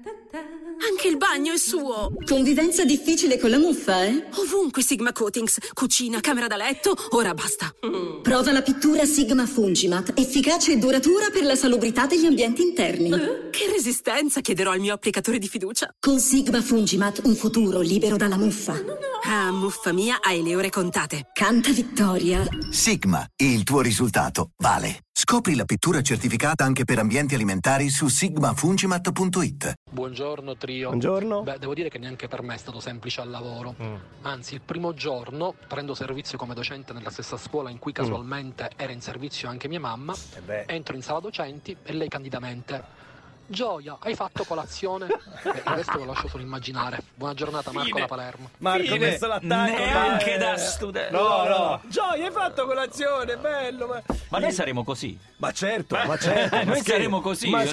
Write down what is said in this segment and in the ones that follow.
Anche il bagno è suo. Convivenza difficile con la muffa, eh? Ovunque Sigma Coatings. Cucina, camera da letto, ora basta. Prova la pittura Sigma Fungimat, efficace e duratura per la salubrità degli ambienti interni. Che resistenza, chiederò al mio applicatore di fiducia. Con Sigma Fungimat un futuro libero dalla muffa. Ah, muffa mia, hai le ore contate. Canta vittoria. Sigma, il tuo risultato vale. Scopri la pittura certificata anche per ambienti alimentari su sigmafungimat.it. Buongiorno trio. Buongiorno. Beh, devo dire che neanche per me è stato semplice al lavoro. Anzi, il primo giorno prendo servizio come docente nella stessa scuola in cui casualmente era in servizio anche mia mamma. Entro in sala docenti e lei candidamente: Gioia, hai fatto colazione? Adesso ve lo lascio solo immaginare. Buona giornata, Marco da Palermo. Marco, questo l'attacco. Neanche da studente. No. Gioia, hai fatto colazione, bello. Ma noi saremo così. Ma certo. Noi saremo così. Ma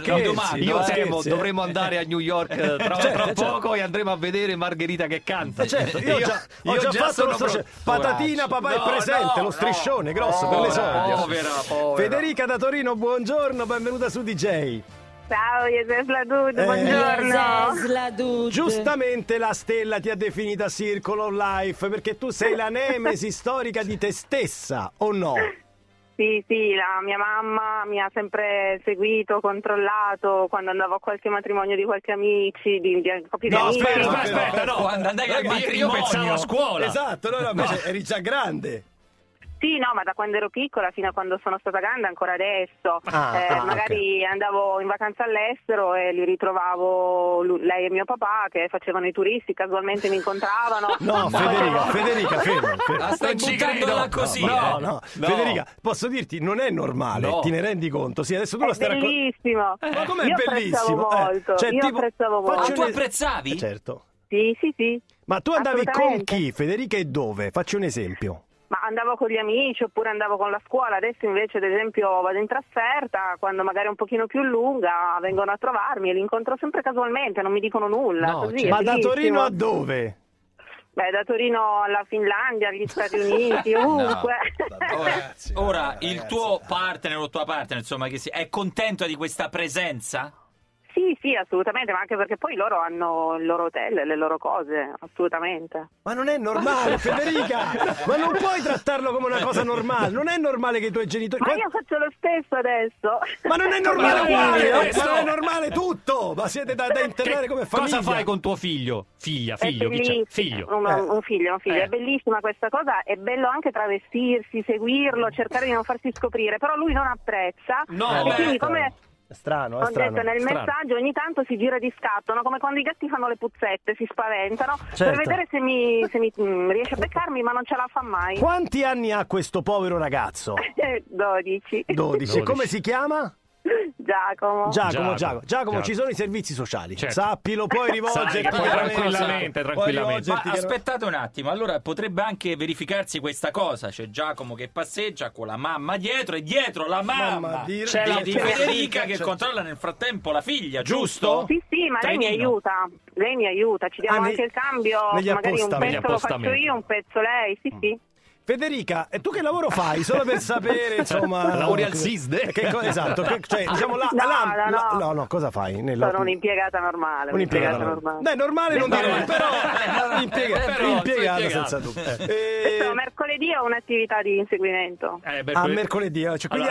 Io dovremo andare a New York tra poco e andremo a vedere Margherita che canta. Certo, io ho già fatto lo patatina, papà è presente, lo striscione grosso per l'esordio. Povera. Federica da Torino, buongiorno, benvenuta su DJ. Ciao, Yesesla Dud, buongiorno. Giustamente la Stella ti ha definita Circle of Life perché tu sei la nemesi storica di te stessa, o no? Sì, la mia mamma mi ha sempre seguito, controllato quando andavo a qualche matrimonio di qualche amici, di coppie di amici. Aspetta, no, quando andavi al matrimonio. Io pensavo a scuola. Esatto, no, invece eri già grande. Sì, no, ma da quando ero piccola fino a quando sono stata grande, ancora adesso. Magari andavo in vacanza all'estero e li ritrovavo lei e mio papà che facevano i turisti, casualmente mi incontravano. No, Federica, fermo. Stai buttandola così. No. Federica, posso dirti, non è normale, ti ne rendi conto? Sì, adesso tu la stai bellissimo. Ma com'è io bellissimo? Apprezzavo molto. Tu apprezzavi? Certo. Sì. Ma tu andavi con chi, Federica, e dove? Facci un esempio. Ma andavo con gli amici oppure andavo con la scuola, adesso invece ad esempio vado in trasferta, quando magari è un pochino più lunga vengono a trovarmi e li incontro sempre casualmente, non mi dicono nulla. Così, ma da Torino a dove? Beh, da Torino alla Finlandia, agli Stati Uniti, ovunque. Ora, il tuo partner o tua partner, insomma, che è contento di questa presenza? Sì, assolutamente, ma anche perché poi loro hanno il loro hotel, le loro cose, assolutamente. Ma non è normale, Federica! Ma non puoi trattarlo come una cosa normale, non è normale che i tuoi genitori... Ma io faccio lo stesso adesso! Ma non è normale uguale! Ma non è normale tutto! Ma siete da internare come famiglia! Cosa fai con tuo figlio? Figlio, chi c'è? Figlio. Un figlio. È bellissima questa cosa, è bello anche travestirsi, seguirlo, cercare di non farsi scoprire, però lui non apprezza. Quindi come... Strano, ho detto nel messaggio ogni tanto si gira di scatto, no? Come quando i gatti fanno le puzzette, si spaventano per vedere se mi riesce a beccarmi, ma non ce la fa mai. Quanti anni ha questo povero ragazzo? 12. 12. E come si chiama? Giacomo, ci sono i servizi sociali, certo. Sappilo, puoi rivolgerti tranquillamente. Ma aspettate un attimo, allora potrebbe anche verificarsi questa cosa, c'è Giacomo che passeggia con la mamma dietro e dietro la mamma c'è la di Federica che controlla nel frattempo la figlia, giusto? Sì, ma lei mi aiuta, ci diamo anche il cambio, magari un pezzo lo faccio io, un pezzo lei, sì. Federica, e tu che lavoro fai? Solo per sapere, insomma... Lavori al SISDE? Esatto, diciamo no, cosa fai? Sono un'impiegata normale. Un'impiegata normale. Beh, normale non direi, però impiegata senza dubbio. Questo mercoledì ho un'attività di inseguimento. Mercoledì, quindi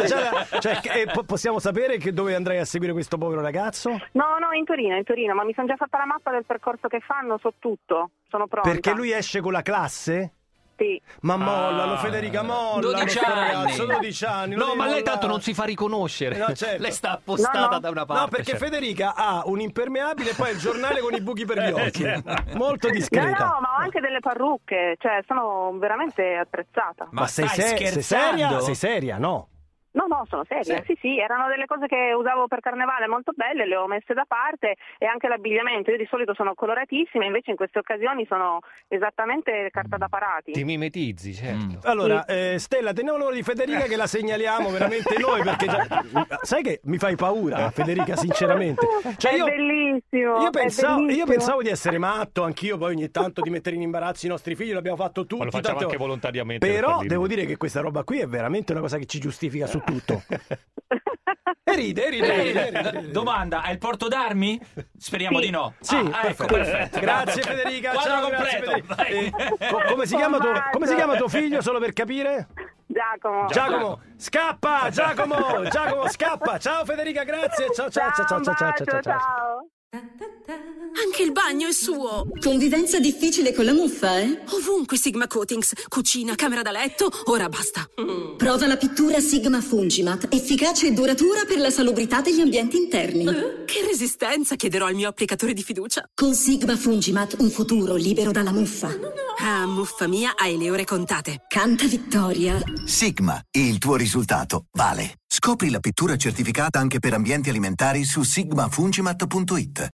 possiamo sapere dove andrai a seguire questo povero ragazzo? No, in Torino, ma mi sono già fatta la mappa del percorso che fanno, so tutto, sono pronta. Perché lui esce con la classe? Sì. Ma mollalo, Federica, mollalo. 12 anni. Ragazzo, 12 anni. No, ma lei tanto non si fa riconoscere. No, certo. Lei sta appostata da una parte. No, perché Federica ha un impermeabile e poi il giornale con i buchi per gli occhi. Molto discreta. No, ma ho anche delle parrucche, cioè sono veramente attrezzata. Ma sei scherzando? seria? Sei seria, no? No, sono seria, sì, erano delle cose che usavo per carnevale molto belle, le ho messe da parte e anche l'abbigliamento, io di solito sono coloratissima, invece in queste occasioni sono esattamente carta da parati. Ti mimetizzi, certo. Allora, Stella, teniamo l'ora di Federica che la segnaliamo veramente noi, perché sai che mi fai paura, Federica, sinceramente. Cioè, è bellissimo, io pensavo di essere matto, anch'io poi ogni tanto di mettere in imbarazzo i nostri figli, l'abbiamo fatto tutti. Ma lo facciamo anche volontariamente. Però devo dire che questa roba qui è veramente una cosa che ci giustifica su tutto. E ride. Domanda, hai il porto d'armi? Speriamo di no. Sì, ecco, perfetto. Grazie Federica. Quadro Ciao, completo. Federica. Come si chiama tuo figlio, solo per capire? Giacomo. Scappa, Giacomo, scappa. Ciao Federica, grazie. Ciao. Anche il bagno è suo. Convivenza difficile con la muffa, eh? Ovunque Sigma Coatings. Cucina, camera da letto, ora basta. Prova la pittura Sigma Fungimat, efficace e duratura per la salubrità degli ambienti interni. Che resistenza, chiederò al mio applicatore di fiducia. Con Sigma Fungimat un futuro libero dalla muffa. Ah, muffa mia, hai le ore contate. Canta vittoria. Sigma, il tuo risultato vale. Scopri la pittura certificata anche per ambienti alimentari su sigmafungimat.it.